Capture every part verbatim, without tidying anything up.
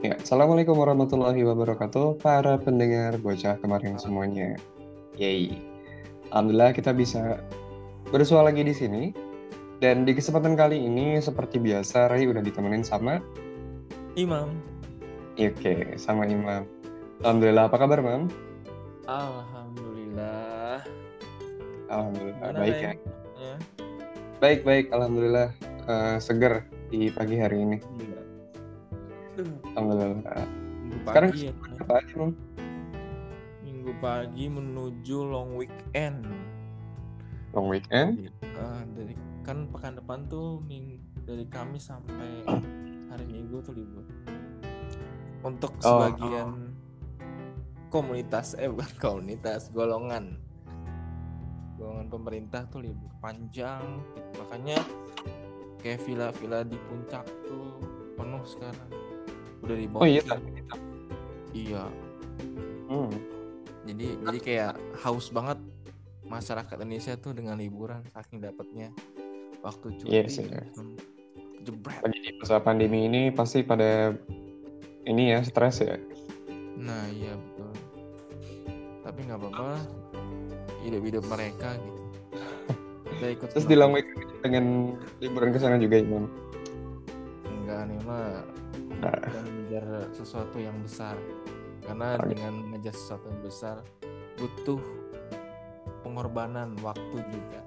Ya, Assalamualaikum warahmatullahi wabarakatuh, para pendengar bocah kemarin semuanya. Yeay, Alhamdulillah kita bisa bersua lagi di sini. Dan di kesempatan kali ini, seperti biasa, Ray udah ditemenin sama, Imam. ya, oke, sama Imam. Alhamdulillah, apa kabar, Mam? Alhamdulillah. Alhamdulillah, Gimana, baik Ray? ya. Ya. Baik, baik, Alhamdulillah. eh, seger di pagi hari ini. Gila. Duh, Alhamdulillah. minggu Sekarang pagi ya. kesibukan apa aja, Mam? Minggu pagi menuju long weekend. Long weekend? Jadi, ah, dari kan pekan depan tuh ming, dari Kamis sampai hari Minggu tuh libur. Untuk Oh. sebagian komunitas, eh bukan komunitas, golongan. Golongan pemerintah tuh libur panjang. Gitu. Makanya kayak villa-villa di puncak tuh penuh sekarang. Udah di Oh iya, booking. Iya. Hmm. Jadi jadi kayak haus banget masyarakat Indonesia tuh dengan liburan, saking dapatnya waktu cuti. Yes, ya. Jebret. Lagi di masa pandemi ini pasti pada ini ya, stres ya. Nah iya betul. Tapi nggak apa-apa, hidup-hidup mereka gitu. Kita ikut. Terus di long weekend dengan liburan ke sana juga, Imam? Enggak nih mah. Nah. Kita mengejar sesuatu yang besar. Karena Okay. dengan mengejar sesuatu yang besar butuh pengorbanan waktu juga.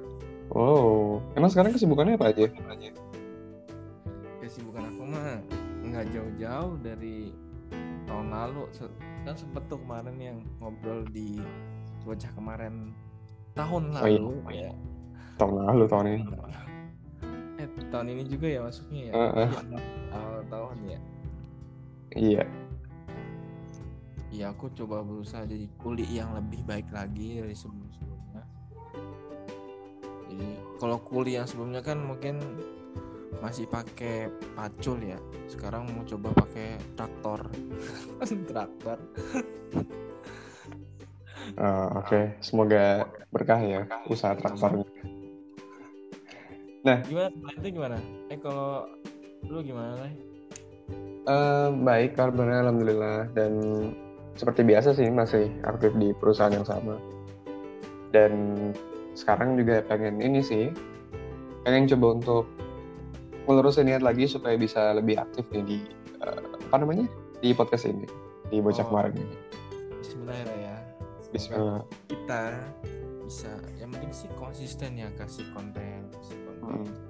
Oh, emang sekarang kesibukannya apa aja? Kesibukan aku mah nggak jauh-jauh dari tahun lalu. Kan sempet tuh kemarin yang ngobrol di bocah kemarin tahun lalu. Oh, iya. Ya. Tahun lalu, tahun ini. Eh tahun ini juga ya masuknya ya. Uh-uh. Ya awal tahun ya. Iya. Iya aku coba berusaha jadi kuli yang lebih baik lagi dari sebelum-sebelumnya. Jadi kalau kuli yang sebelumnya kan mungkin masih pakai pacul ya. Sekarang mau coba pakai traktor. Traktor. Uh, Oke, okay. Semoga berkah ya usaha traktornya. Nah, gimana? Itu gimana? Eh kalau lu gimana lah? Uh, baik, kabarnya alhamdulillah, dan seperti biasa sih masih aktif di perusahaan yang sama. Dan sekarang juga pengen ini sih, pengen coba untuk melurusin niat lagi supaya bisa lebih aktif nih di uh, apa namanya di podcast ini, di bocah oh, kemarin ini. Bismillah ya. Bismillah. Kita bisa, yang penting sih konsisten ya kasih konten, kasih konten. Hmm.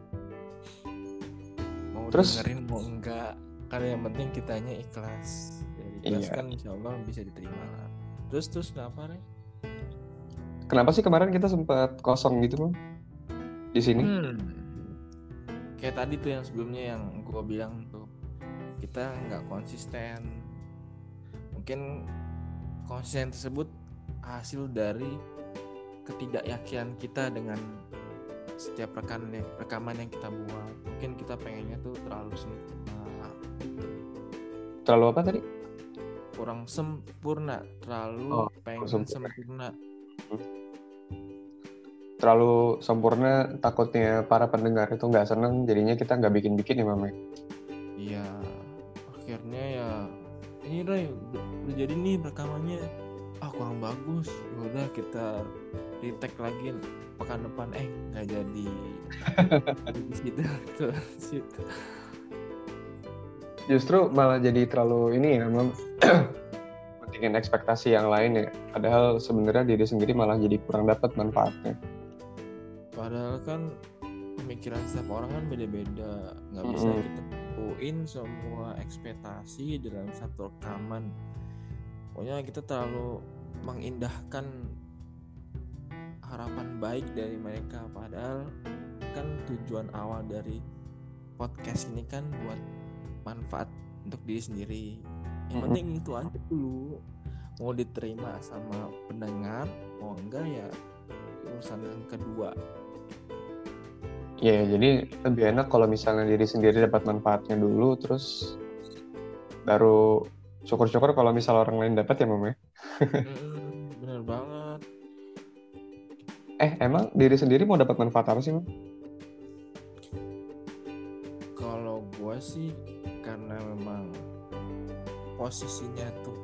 Mau Terus, dengerin mau enggak, karena yang penting kitanya ikhlas. Dari ikhlas iya. Kan insya Allah bisa diterima lah. Terus terus kenapa Re? Kenapa sih kemarin kita sempat kosong gitu Bang? Di sini? Hmm. Kayak tadi tuh yang sebelumnya yang gue bilang tuh kita nggak konsisten. Mungkin konsisten tersebut hasil dari ketidakyakinan kita dengan setiap rekan rekaman yang kita buat. Mungkin kita pengennya tuh terlalu sempurna. Terlalu apa tadi? Kurang sempurna, terlalu oh, pengen sempurna. sempurna. Terlalu sempurna, takutnya para pendengar itu nggak seneng, jadinya kita nggak bikin-bikin ya Mame. Iya, akhirnya ya ini Ray udah jadi nih rekamannya, ah kurang bagus, udah kita retake lagi pekan depan, eh nggak jadi. Di situ tuh situ. Justru malah jadi terlalu ini ya, Mam. Pentingin ekspektasi yang lain ya. Padahal sebenarnya diri sendiri malah jadi kurang dapat manfaatnya. Padahal kan pemikiran setiap orang kan beda-beda, nggak bisa mm-hmm. kita kuin semua ekspektasi dalam satu rekaman. Pokoknya kita terlalu mengindahkan harapan baik dari mereka, padahal kan tujuan awal dari podcast ini kan buat manfaat untuk diri sendiri. Yang mm-hmm. penting itu aja dulu, mau diterima sama pendengar mau enggak ya urusan yang kedua. Ya, jadi lebih enak kalau misalnya diri sendiri dapat manfaatnya dulu, terus baru syukur-syukur kalau misal orang lain dapat ya, Mama. mm, bener banget. Eh, emang diri sendiri mau dapat manfaat apa sih, Mam? Kalau gue sih karena memang posisinya tuh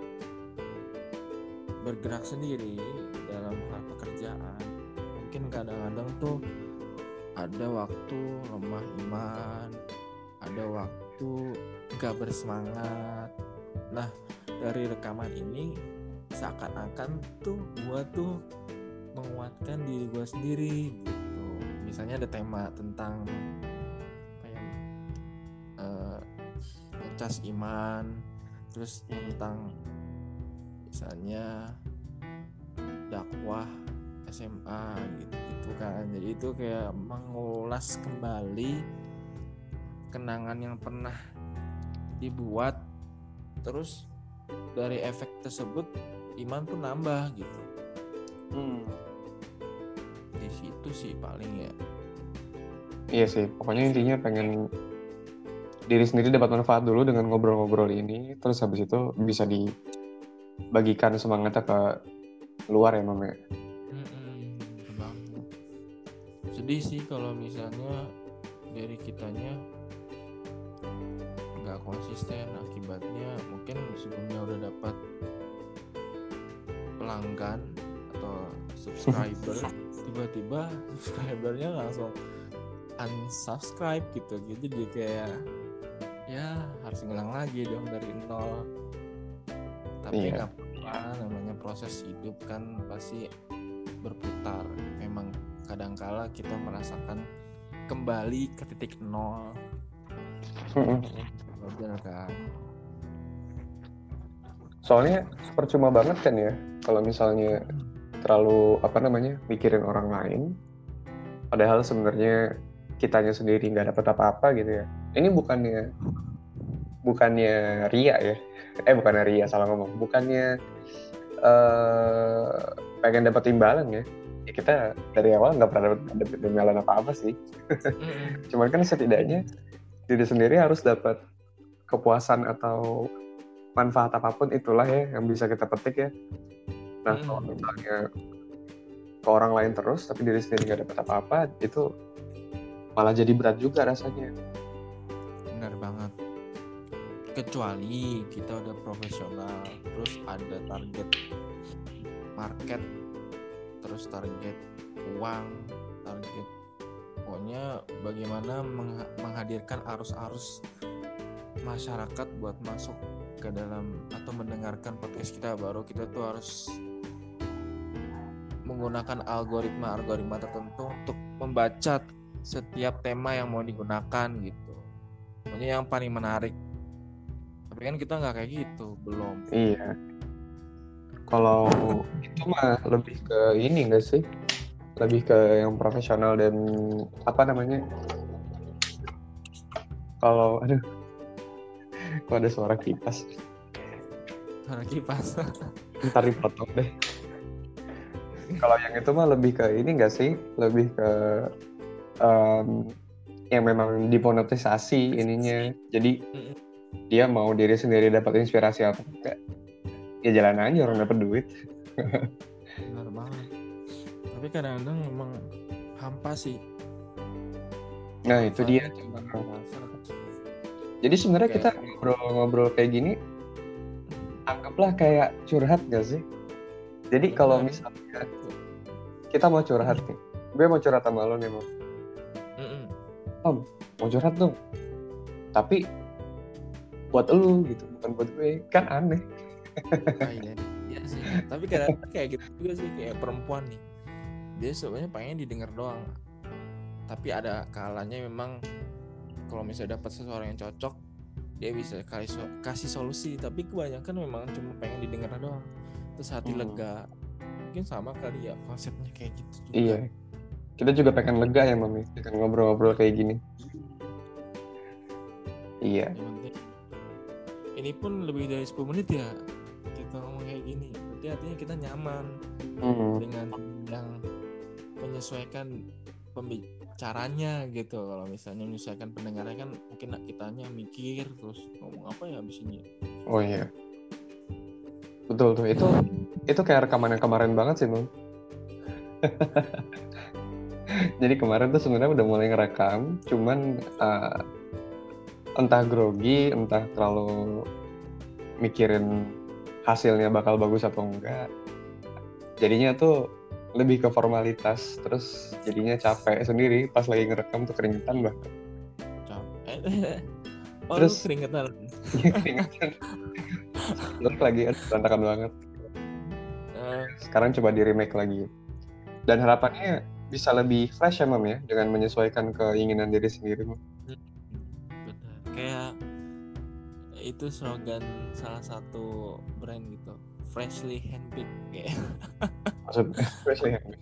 bergerak sendiri dalam hal pekerjaan, mungkin kadang-kadang tuh ada waktu lemah iman, ada waktu gak bersemangat. Nah, dari rekaman ini seakan-akan tuh gua tuh menguatkan diri gua sendiri gitu. Misalnya ada tema tentang apa ya, uh, ngecas iman, terus tentang misalnya dakwah S M A gitu-gitu kan. Jadi itu kayak mengulas kembali kenangan yang pernah dibuat, terus dari efek tersebut iman tuh nambah gitu. Hmm. Di situ sih paling ya. Iya sih, pokoknya intinya pengen diri sendiri dapat manfaat dulu dengan ngobrol-ngobrol ini, terus habis itu bisa dibagikan semangatnya ke luar ya Mam ya. Bang. Sedih sih kalau misalnya dari kitanya nggak konsisten, akibatnya mungkin sebelumnya udah dapat pelanggan atau subscriber, tiba-tiba subscribernya langsung unsubscribe gitu gitu, jadi kayak ya harus ngulang lagi dong dari nol. Tapi nggak apa-apa, namanya proses hidup kan pasti berputar. Memang kadangkala kita merasakan kembali ke titik nol. Benar kan? Soalnya percuma banget kan ya kalau misalnya terlalu apa namanya mikirin orang lain, padahal sebenarnya kitanya sendiri nggak dapat apa-apa gitu ya. Ini bukannya bukannya ria ya, eh bukannya ria salah ngomong, bukannya uh, pengen dapat imbalan ya. Ya kita dari awal nggak pernah dapat imbalan apa-apa sih. Cuman kan setidaknya diri sendiri harus dapat kepuasan atau manfaat apapun itulah ya yang bisa kita petik ya. Nah hmm. kalau misalnya ke orang lain terus tapi diri sendiri nggak dapat apa-apa, itu malah jadi berat juga rasanya. Benar banget. Kecuali kita udah profesional, terus ada target market, terus target uang, target pokoknya bagaimana meng- menghadirkan arus-arus masyarakat buat masuk ke dalam atau mendengarkan podcast kita, baru kita tuh harus menggunakan algoritma-algoritma tertentu untuk membaca setiap tema yang mau digunakan gitu. Pokoknya yang paling menarik. Tapi kan kita nggak kayak gitu, belum. Iya. Kalau itu mah lebih ke ini nggak sih? Lebih ke yang profesional dan apa namanya? Kalau aduh, kok ada suara kipas? Suara kipas. Ntar dipotong deh. Kalau yang itu mah lebih ke ini nggak sih? Lebih ke um, yang memang dimonetisasi ininya. Jadi dia mau diri sendiri dapat inspirasi atau enggak? Ya jalan aja, orang dapat duit. Benar banget. Tapi kadang-kadang memang hampa sih. Nah itu dia. Jadi sebenarnya kita ngobrol-ngobrol kayak gini, anggaplah kayak curhat gak sih? Jadi kalau misalnya kita mau curhat nih, gue mau curhat sama lo nih, Om. Om, mau curhat dong. Tapi buat lo gitu, bukan buat gue. Kan aneh. Oh, iya. Iya sih. Tapi kadang-kadang kayak gitu juga sih, kayak perempuan nih. Dia sebenarnya pengen didengar doang. Tapi ada kalanya memang kalau misalnya dapat seseorang yang cocok, dia bisa kasih solusi. Tapi kebanyakan memang cuma pengen didengar doang, terus hati hmm. lega. Mungkin sama kali ya konsepnya kayak gitu juga. Iya. Kita juga pengen lega ya Mami, dengan ngobrol-ngobrol kayak gini. Iya. Ini pun lebih dari sepuluh menit ya kita ngomong kayak gini. Berarti artinya kita nyaman hmm. dengan yang menyesuaikan pembicaranya gitu. Kalau misalnya menyesuaikan pendengarnya kan mungkin kitanya mikir terus ngomong apa ya abis ini. Oh iya. Betul tuh, itu itu kayak rekaman yang kemarin banget sih, Bang. Jadi kemarin tuh sebenarnya udah mulai ngerekam, cuman uh, entah grogi, entah terlalu mikirin hasilnya bakal bagus atau enggak. Jadinya tuh lebih ke formalitas, terus jadinya capek sendiri pas lagi ngerekam tuh keringetan bahkan. Capek. Oh Terus lu keringetan. iya keringetan. Jelek lagi, berantakan banget. Uh, Sekarang coba di remake lagi. Dan harapannya bisa lebih fresh ya Mam ya, dengan menyesuaikan keinginan diri sendiri. benar. Kayak itu slogan salah satu brand gitu, freshly handpicked kayak. Maksudnya freshly handpicked.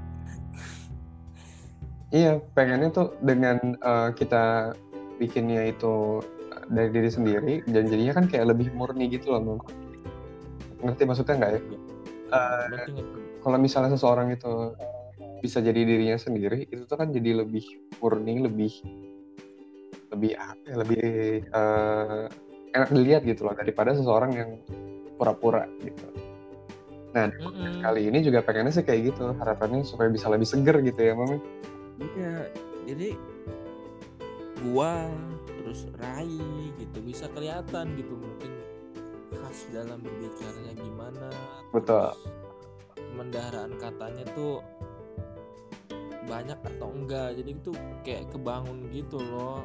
Iya, pengennya tuh dengan uh, kita bikinnya itu dari diri sendiri, dan jadinya kan kayak lebih murni gitu loh Mam. Ngerti maksudnya nggak ya? Uh, kalau misalnya seseorang itu bisa jadi dirinya sendiri, itu tuh kan jadi lebih murni, lebih lebih apa ya, lebih uh, enak dilihat gitu loh daripada seseorang yang pura-pura gitu. Nah, mm-hmm. kali ini juga pengennya sih kayak gitu, harapannya supaya bisa lebih seger gitu ya Mam. Iya, jadi gua terus Rai gitu bisa kelihatan gitu, mungkin khas dalam berbicaranya gimana. Betul. Pendaharaan katanya tuh banyak atau enggak, jadi itu kayak kebangun gitu loh.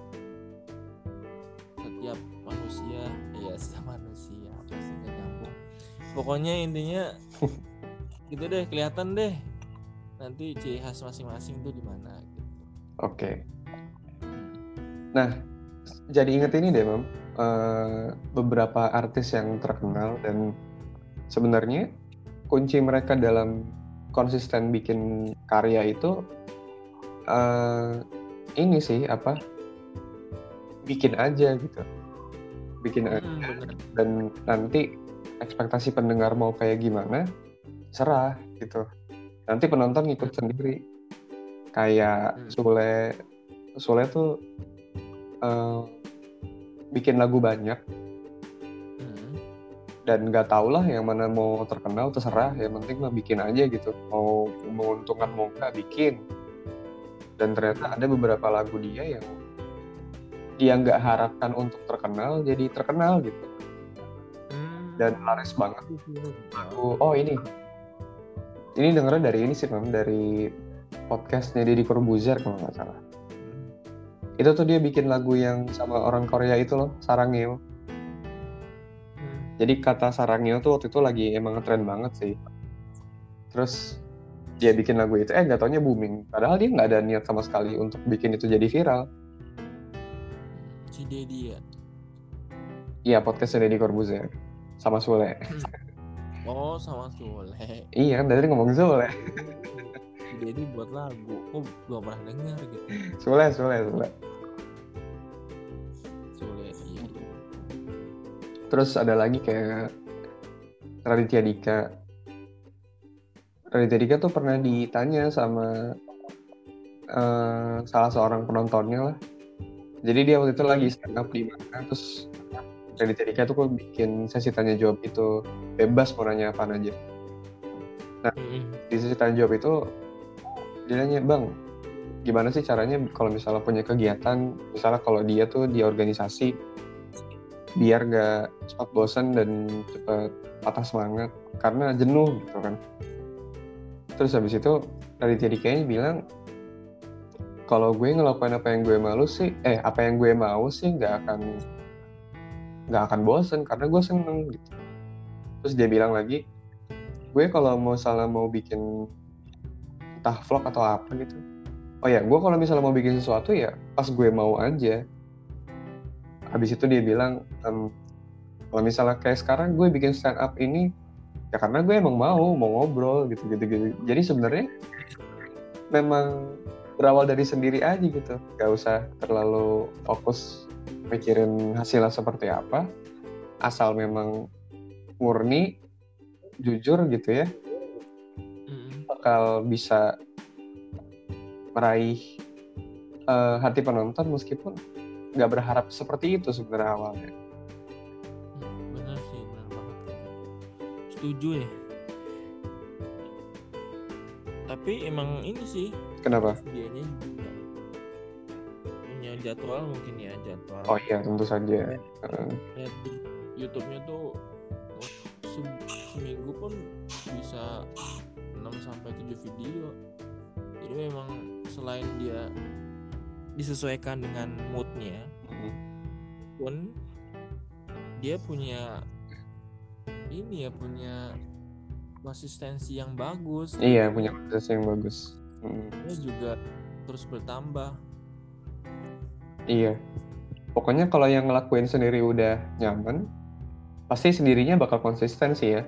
Setiap manusia, ya setiap manusia pasti gak nyambung. Pokoknya intinya gitu deh, kelihatan deh nanti ciri khas masing-masing tuh di mana gitu. Oke. Nah, jadi inget ini deh Mam, uh, beberapa artis yang terkenal dan sebenarnya kunci mereka dalam konsisten bikin karya itu uh, ini sih apa bikin aja gitu, bikin hmm, aja bener. Dan nanti ekspektasi pendengar mau kayak gimana serah gitu, nanti penonton ngikut sendiri. Kayak hmm. Sule Sule tuh uh, bikin lagu banyak dan nggak tau lah yang mana mau terkenal, terserah, yang penting mah bikin aja gitu, mau menguntungkan mau nggak bikin. Dan ternyata ada beberapa lagu dia yang dia nggak harapkan untuk terkenal jadi terkenal gitu, dan laris banget. Lagu oh ini ini dengernya dari ini sih Mam, dari podcastnya Deddy Corbuzier kalau nggak salah. Itu tuh dia bikin lagu yang sama orang Korea itu loh, Sarangeo. Jadi kata Sarangeo tuh waktu itu lagi emang ngetren banget sih. Terus dia bikin lagu itu, eh nggak taunya booming. Padahal dia nggak ada niat sama sekali untuk bikin itu jadi viral. Si Deddy ya? Iya, podcastnya Deddy Corbuzier sama Sule. Oh, sama Sule. Iya kan, dari ngomong Sule. Si Deddy buat lagu, kok belum pernah dengar gitu. Sule, Sule, Sule. Terus ada lagi kayak Raditya Dika. Raditya Dika tuh pernah ditanya sama uh, salah seorang penontonnya lah. Jadi dia waktu itu lagi stand up di mana, terus Raditya Dika tuh kok bikin sesi tanya jawab itu, bebas mau nanya apa aja. Nah, di sesi tanya jawab itu dia nanya, "Bang, gimana sih caranya kalau misalnya punya kegiatan, misalnya kalau dia tuh di organisasi, biar gak cepat bosan dan cepat patah semangat karena jenuh gitu kan." Terus habis itu Raditya Dikanya bilang, kalau gue ngelakuin apa yang gue malu sih, eh apa yang gue mau sih nggak akan nggak akan bosan karena gue seneng gitu. Terus dia bilang lagi, gue kalau mau salah mau bikin entah vlog atau apa gitu, oh ya gue kalau misalnya mau bikin sesuatu ya pas gue mau aja. Habis itu dia bilang, ehm, kalau misalnya kayak sekarang gue bikin stand up ini ya karena gue emang mau mau ngobrol gitu gitu gitu. Jadi sebenarnya memang berawal dari sendiri aja gitu, gak usah terlalu fokus mikirin hasilnya seperti apa, asal memang murni jujur gitu ya, bakal bisa meraih uh, hati penonton meskipun nggak berharap seperti itu sebenarnya awalnya. Benar sih, benar banget. Setuju ya. Tapi emang ini sih. Kenapa? Dianya juga punya jadwal mungkin ya jadwal. Oh iya tentu saja. Jadi YouTube-nya tuh se- seminggu pun bisa enam sampai tujuh video. Jadi memang selain dia disesuaikan dengan moodnya, Hmm. pun dia punya ini ya, punya konsistensi yang bagus. Iya, Jadi punya proses yang bagus. Hmm. dia juga terus bertambah. Iya. Pokoknya kalau yang ngelakuin sendiri udah nyaman, pasti sendirinya bakal konsisten sih ya.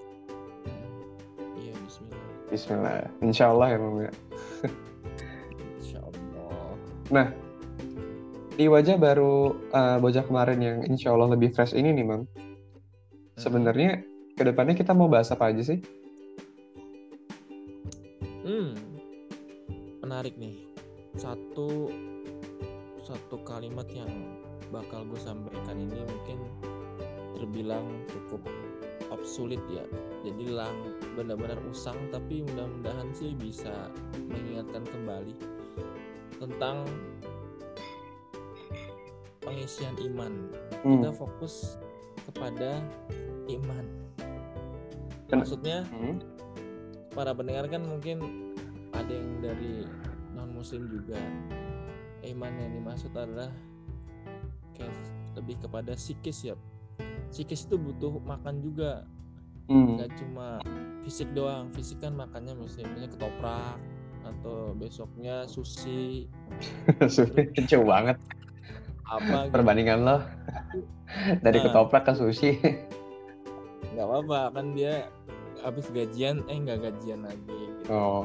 Iya, bismillah. Bismillah. Insya Allah ya Mam ya. Insya Allah. Nah, di wajah baru uh, bocah kemarin yang insya Allah lebih fresh ini nih Mam. Sebenarnya kedepannya kita mau bahas apa aja sih? Hmm, menarik nih. Satu satu kalimat yang bakal gue sampaikan ini mungkin terbilang cukup obsolete ya. Jadi lang benar-benar usang, tapi mudah-mudahan sih bisa mengingatkan kembali tentang pengisian iman. Hmm. Kita fokus kepada iman. Ken- Maksudnya Hmm. para pendengar kan mungkin ada yang dari non muslim juga. Iman yang dimaksud adalah kayak lebih kepada psikis ya. Psikis itu butuh makan juga, Hmm. nggak cuma fisik doang. Fisik kan makannya misalnya ketoprak atau besoknya sushi. Jauh banget Apa gitu. perbandingan lo dari Nah. ketoprak ke sushi. Nggak apa-apa kan dia habis gajian eh nggak gajian lagi gitu. Oh.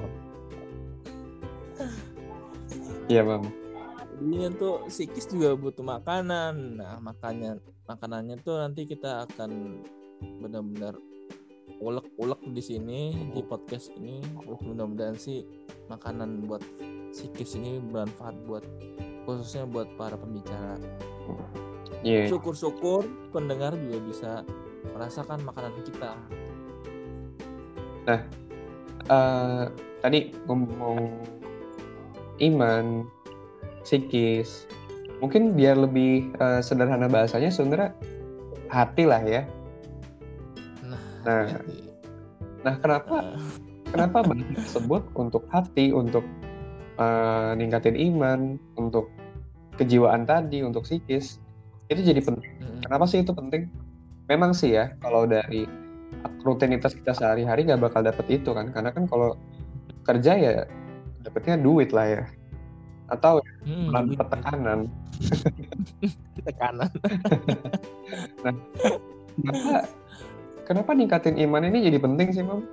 Iya Mam. Jadinya tuh psikis juga butuh makanan. Nah makanya makanannya tuh nanti kita akan benar-benar ulek-ulek di sini di podcast ini. Mudah-mudahan sih makanan buat psikis ini bermanfaat buat khususnya buat para pembicara. Iya. Syukur-syukur pendengar juga bisa merasakan makanan kita. Nah, uh, tadi ngomong iman, psikis, mungkin biar lebih uh, sederhana bahasanya sebenarnya hati lah ya. Nah, Nah, hati. nah kenapa Nah, kenapa bahasa tersebut untuk hati, untuk uh, ningkatin iman, untuk kejiwaan tadi, untuk psikis itu jadi penting. mm, Kenapa sih itu penting? Memang sih ya, kalau dari rutinitas kita sehari-hari nggak bakal dapet itu kan, karena kan kalau kerja ya dapetnya duit lah ya, atau hmm, bukan duit. tekanan. Tekanan. Nah, kenapa kenapa ningkatin iman ini jadi penting sih Mam?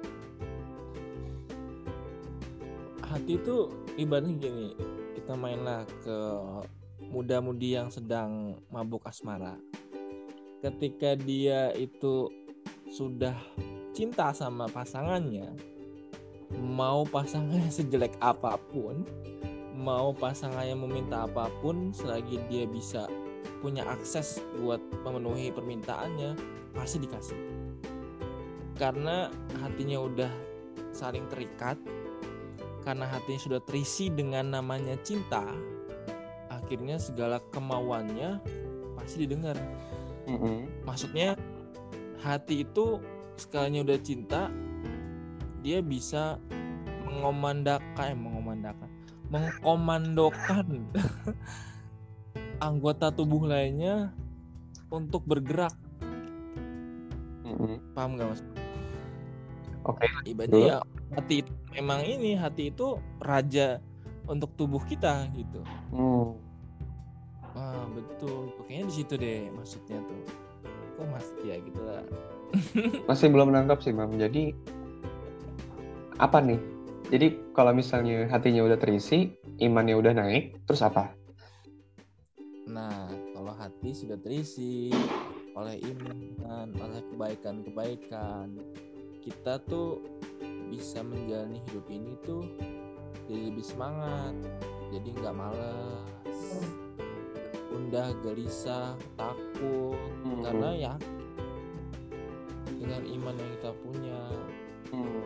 Hati itu ibaratnya gini, kita mainlah ke muda-mudi yang sedang mabuk asmara. Ketika dia itu sudah cinta sama pasangannya, mau pasangannya sejelek apapun, mau pasangannya meminta apapun, selagi dia bisa punya akses buat memenuhi permintaannya, pasti dikasih. Karena hatinya udah saling terikat, karena hatinya sudah terisi dengan namanya cinta, akhirnya segala kemauannya pasti didengar. Mm-hmm. Maksudnya hati itu sekalinya udah cinta, dia bisa mengomandakan, eh, mengomandakan, mengkomandokan anggota tubuh lainnya untuk bergerak. Mm-hmm. Paham nggak mas? Oke. Ibaratnya ya hati itu, memang ini hati itu raja untuk tubuh kita gitu. Mm. Wah betul, pokoknya di situ deh maksudnya tuh. Kok masih ya gitu lah. Masih belum nangkap sih Mam. Jadi apa nih? Jadi kalau misalnya hatinya udah terisi, imannya udah naik, terus apa? Nah kalau hati sudah terisi oleh iman, oleh kebaikan-kebaikan, kita tuh bisa menjalani hidup ini tuh jadi lebih semangat, jadi nggak malas, gundah, gelisah, takut, Hmm. karena ya dengan iman yang kita punya. Hmm.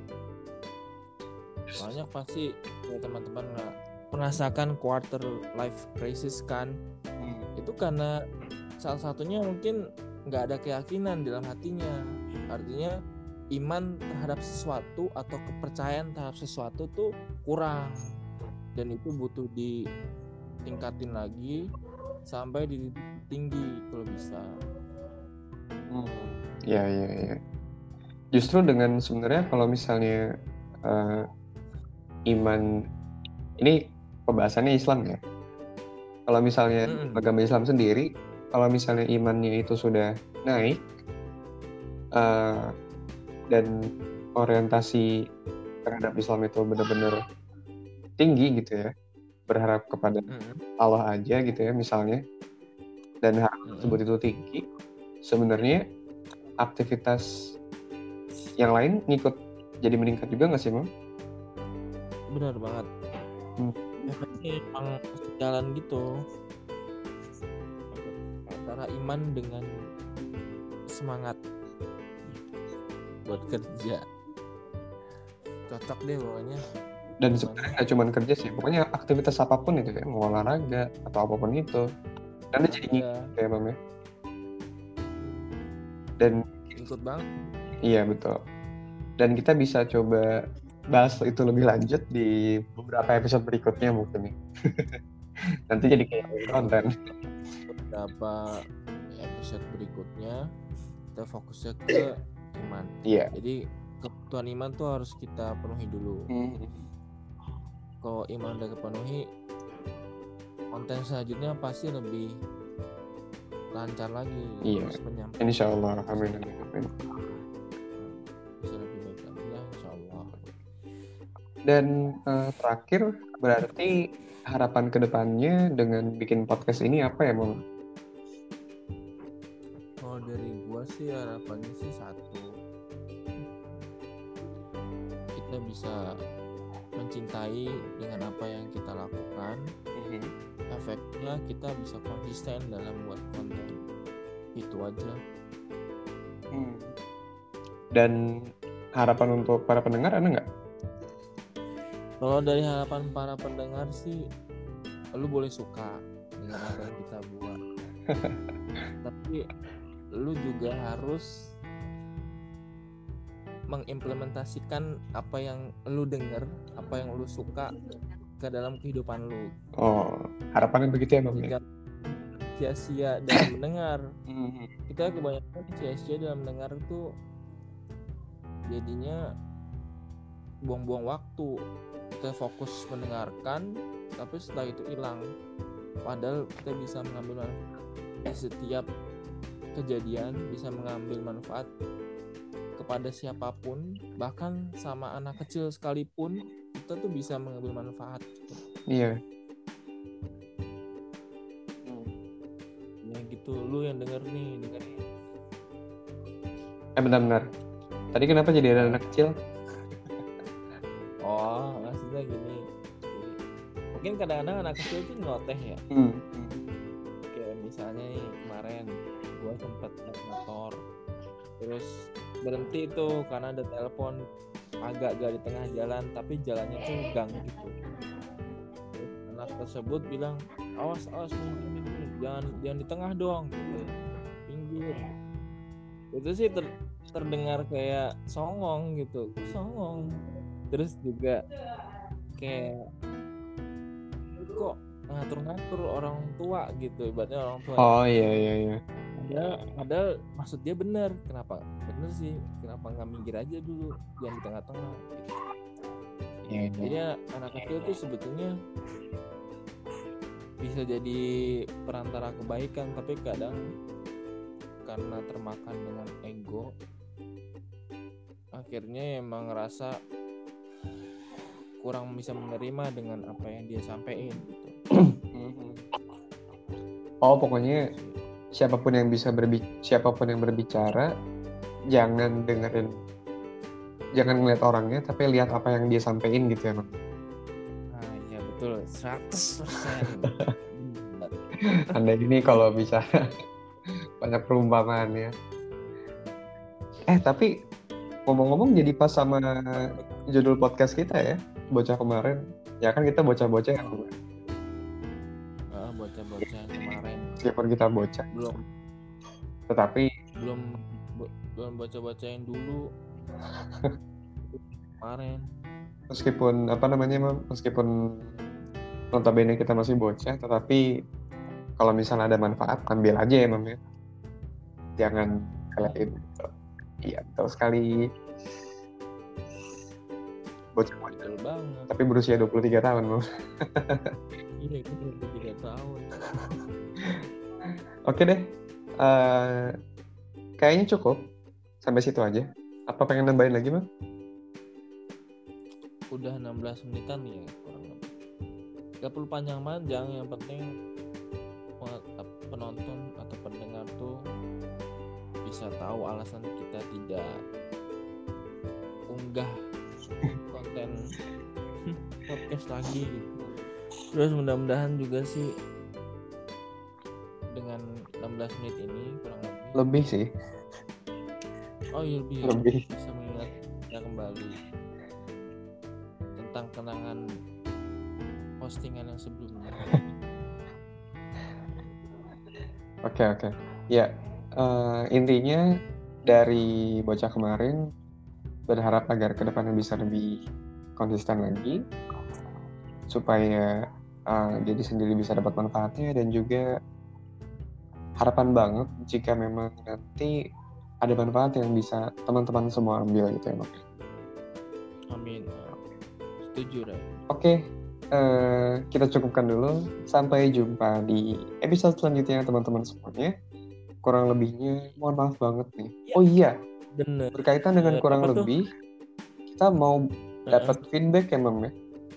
Banyak pasti ya teman-teman nggak merasakan quarter life crisis kan. Hmm. Itu karena salah satunya mungkin nggak ada keyakinan dalam hatinya. Artinya iman terhadap sesuatu atau kepercayaan terhadap sesuatu tuh kurang, dan itu butuh ditingkatin lagi sampai di titik tinggi kalau bisa. Hmm. Ya, ya, ya. Justru dengan sebenarnya kalau misalnya uh, iman ini pembahasannya Islam ya. Kalau misalnya Mm-mm. agama Islam sendiri, kalau misalnya imannya itu sudah naik uh, dan orientasi terhadap Islam itu benar-benar tinggi gitu ya, berharap kepada Mm-mm. Allah aja gitu ya misalnya, dan harapan Mm-mm. tersebut itu tinggi, sebenarnya aktivitas yang lain ngikut jadi meningkat juga nggak sih, Mam? Benar banget. Hmm. Efeknya emang sejalan gitu antara iman dengan semangat buat kerja. Cocok deh pokoknya. Dan sebenarnya nggak cuma kerja sih, pokoknya aktivitas apapun itu ya, mau olahraga atau apapun itu, karena jadi ngikut ya, Mam ya. Dan ikut banget. Iya betul. Dan kita bisa coba bahas itu lebih lanjut di beberapa episode berikutnya mungkin nih. Nanti jadi kayak konten. Beberapa episode berikutnya kita fokusnya ke iman. Iya. Jadi kebutuhan iman tuh harus kita penuhi dulu. Hmm. Kalau iman udah kepenuhi, konten selanjutnya pasti lebih lancar lagi. Iya. Insya Allah. Amin. Amin. Bisa lebih baik lagi lah, insya Allah. Dan uh, terakhir berarti harapan kedepannya dengan bikin podcast ini apa ya, Mam? Kalau dari gua sih harapannya sih satu, kita bisa mencintai dengan apa yang kita lakukan. Mm-hmm. Efeknya kita bisa konsisten dalam buat konten. Itu aja. Hmm. Dan harapan untuk para pendengar ada nggak? Kalau dari harapan para pendengar sih, lu boleh suka dengan apa yang kita buat, tapi lu juga harus mengimplementasikan apa yang lu dengar, apa yang lu suka ke dalam kehidupan lu. Oh, harapannya begitu ya, Bang? Jika sia-sia dalam mendengar, kita kebanyakan sia-sia dalam mendengar tuh jadinya buang-buang waktu. Kita fokus mendengarkan, tapi setelah itu hilang. Padahal kita bisa mengambil manfaat di setiap kejadian, bisa mengambil manfaat kepada siapapun, bahkan sama anak kecil sekalipun kita tuh bisa mengambil manfaat. Iya. Ya gitu, lu yang denger nih, dengerin. Eh benar-benar. Tadi kenapa jadi ada anak kecil? Oh, maksudnya gini. Mungkin kadang-kadang anak kecil tuh nyeloteh ya. Hmm. Kayak misalnya nih kemarin gue sempet naik motor, terus berhenti tuh karena ada telepon agak gak di tengah jalan, tapi jalannya tuh gang gitu. Terus anak tersebut bilang, awas awas minggir minggir, jangan jangan di tengah dong, gitu. Pinggir. Itu sih ter, terdengar kayak songong gitu, songong. Terus juga kayak kok ngatur-ngatur orang tua gitu, ibaratnya orang tua. Oh iya iya iya. Padahal, padahal maksud dia benar. Kenapa? Benar sih. Kenapa nggak minggir aja dulu, jangan di tengah-tengah gitu. Iya, iya. Jadi anak kecil tuh sebetulnya bisa jadi perantara kebaikan, tapi kadang karena termakan dengan ego, akhirnya emang ngerasa kurang bisa menerima dengan apa yang dia sampaikan gitu. Oh pokoknya siapapun yang bisa berbicara, siapapun yang berbicara, jangan dengerin, jangan ngeliat orangnya, tapi lihat apa yang dia sampaikan gitu ya, Bang. Nah, iya betul, seratus persen. Anda ini kalau bisa banyak perumpamaan ya. Eh tapi ngomong-ngomong jadi pas sama judul podcast kita ya, bocah kemarin. Ya kan kita bocah-bocah yang uh, bocah-bocah kemarin. Siapa kita bocah? Belum Tetapi belum belum baca-bacain dulu kemarin. meskipun apa namanya meskipun notabene kita masih bocah, tetapi kalau misalnya ada manfaat ambil aja ya Mam ya, jangan kalian gitu. Iya betul sekali, bocah-bocah Betul banget. tapi berusia dua puluh tiga tahun Mam. Iya, itu dua puluh tiga tahun. Oke deh, uh, kayaknya cukup sampai situ aja. Apa pengen nambahin lagi Mam? Udah enam belas menitan ya kurang lebih. Gak perlu panjang-panjang, yang penting penonton atau pendengar tuh bisa tahu alasan kita tidak unggah konten podcast lagi gitu. Terus mudah-mudahan juga sih dengan enam belas menit ini kurang lebih Lebih sih. Oh iya lebih, Lebih. bisa mengingat ya kembali tentang kenangan postingan yang sebelumnya. Oke oke. Ya uh, intinya dari bocah kemarin berharap agar kedepannya bisa lebih konsisten lagi supaya uh, diri sendiri bisa dapat manfaatnya, dan juga harapan banget jika memang nanti ada manfaat yang bisa teman-teman semua ambil gitu ya Mak. Amin. Setuju deh. Oke, uh, kita cukupkan dulu. Sampai jumpa di episode selanjutnya teman-teman semuanya. Kurang lebihnya mohon maaf banget nih. Ya. Oh iya, bener. Berkaitan dengan kurang Apa lebih, tuh? Kita mau dapat uh-uh. feedback ya Mam ya.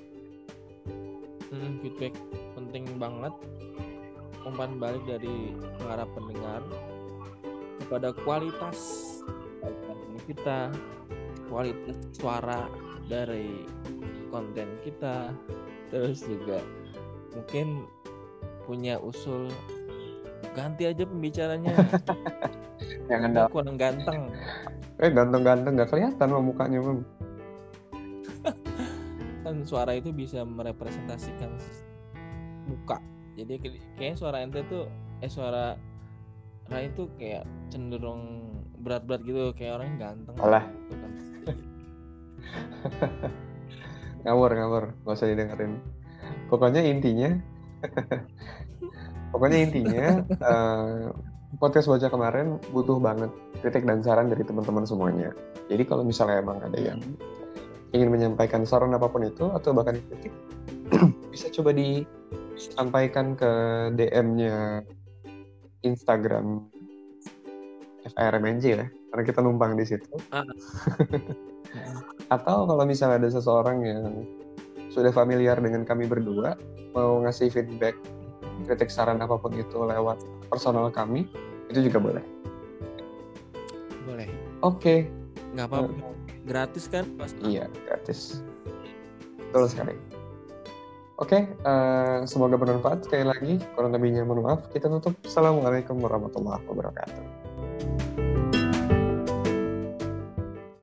Hmm, feedback penting banget. Umpan balik dari para pendengar kepada kualitas kita, kualitas suara dari konten kita, terus juga mungkin punya usul ganti aja pembicaranya. Jangan dah kurang ganteng. Eh ganteng-ganteng nggak kelihatan Mam mukanya Mam. Kan suara itu bisa merepresentasikan muka. Jadi kayak suara ente tuh eh suara Rai itu kayak cenderung berat-berat gitu, kayak orang ganteng. Alah. Gitu kan. ngawur ngawur, nggak usah didengerin. Pokoknya intinya, pokoknya intinya uh, podcast Bocah kemarin butuh banget kritik dan saran dari teman-teman semuanya. Jadi kalau misalnya emang ada yang ingin menyampaikan saran apapun itu atau bahkan kritik, bisa coba disampaikan ke D M-nya Instagram F R M N J ya, karena kita numpang di situ. Ah. Atau kalau misalnya ada seseorang yang sudah familiar dengan kami berdua, mau ngasih feedback, kritik, saran apapun itu lewat personal kami, itu juga boleh. Boleh. Oke. Okay. Nggak apa-apa. Uh, gratis kan? Pasti. Iya, gratis. Betul sekali. Oke, okay, uh, semoga bermanfaat. Sekali lagi, kurang lebihnya mohon maaf. Kita tutup. Assalamualaikum warahmatullahi wabarakatuh.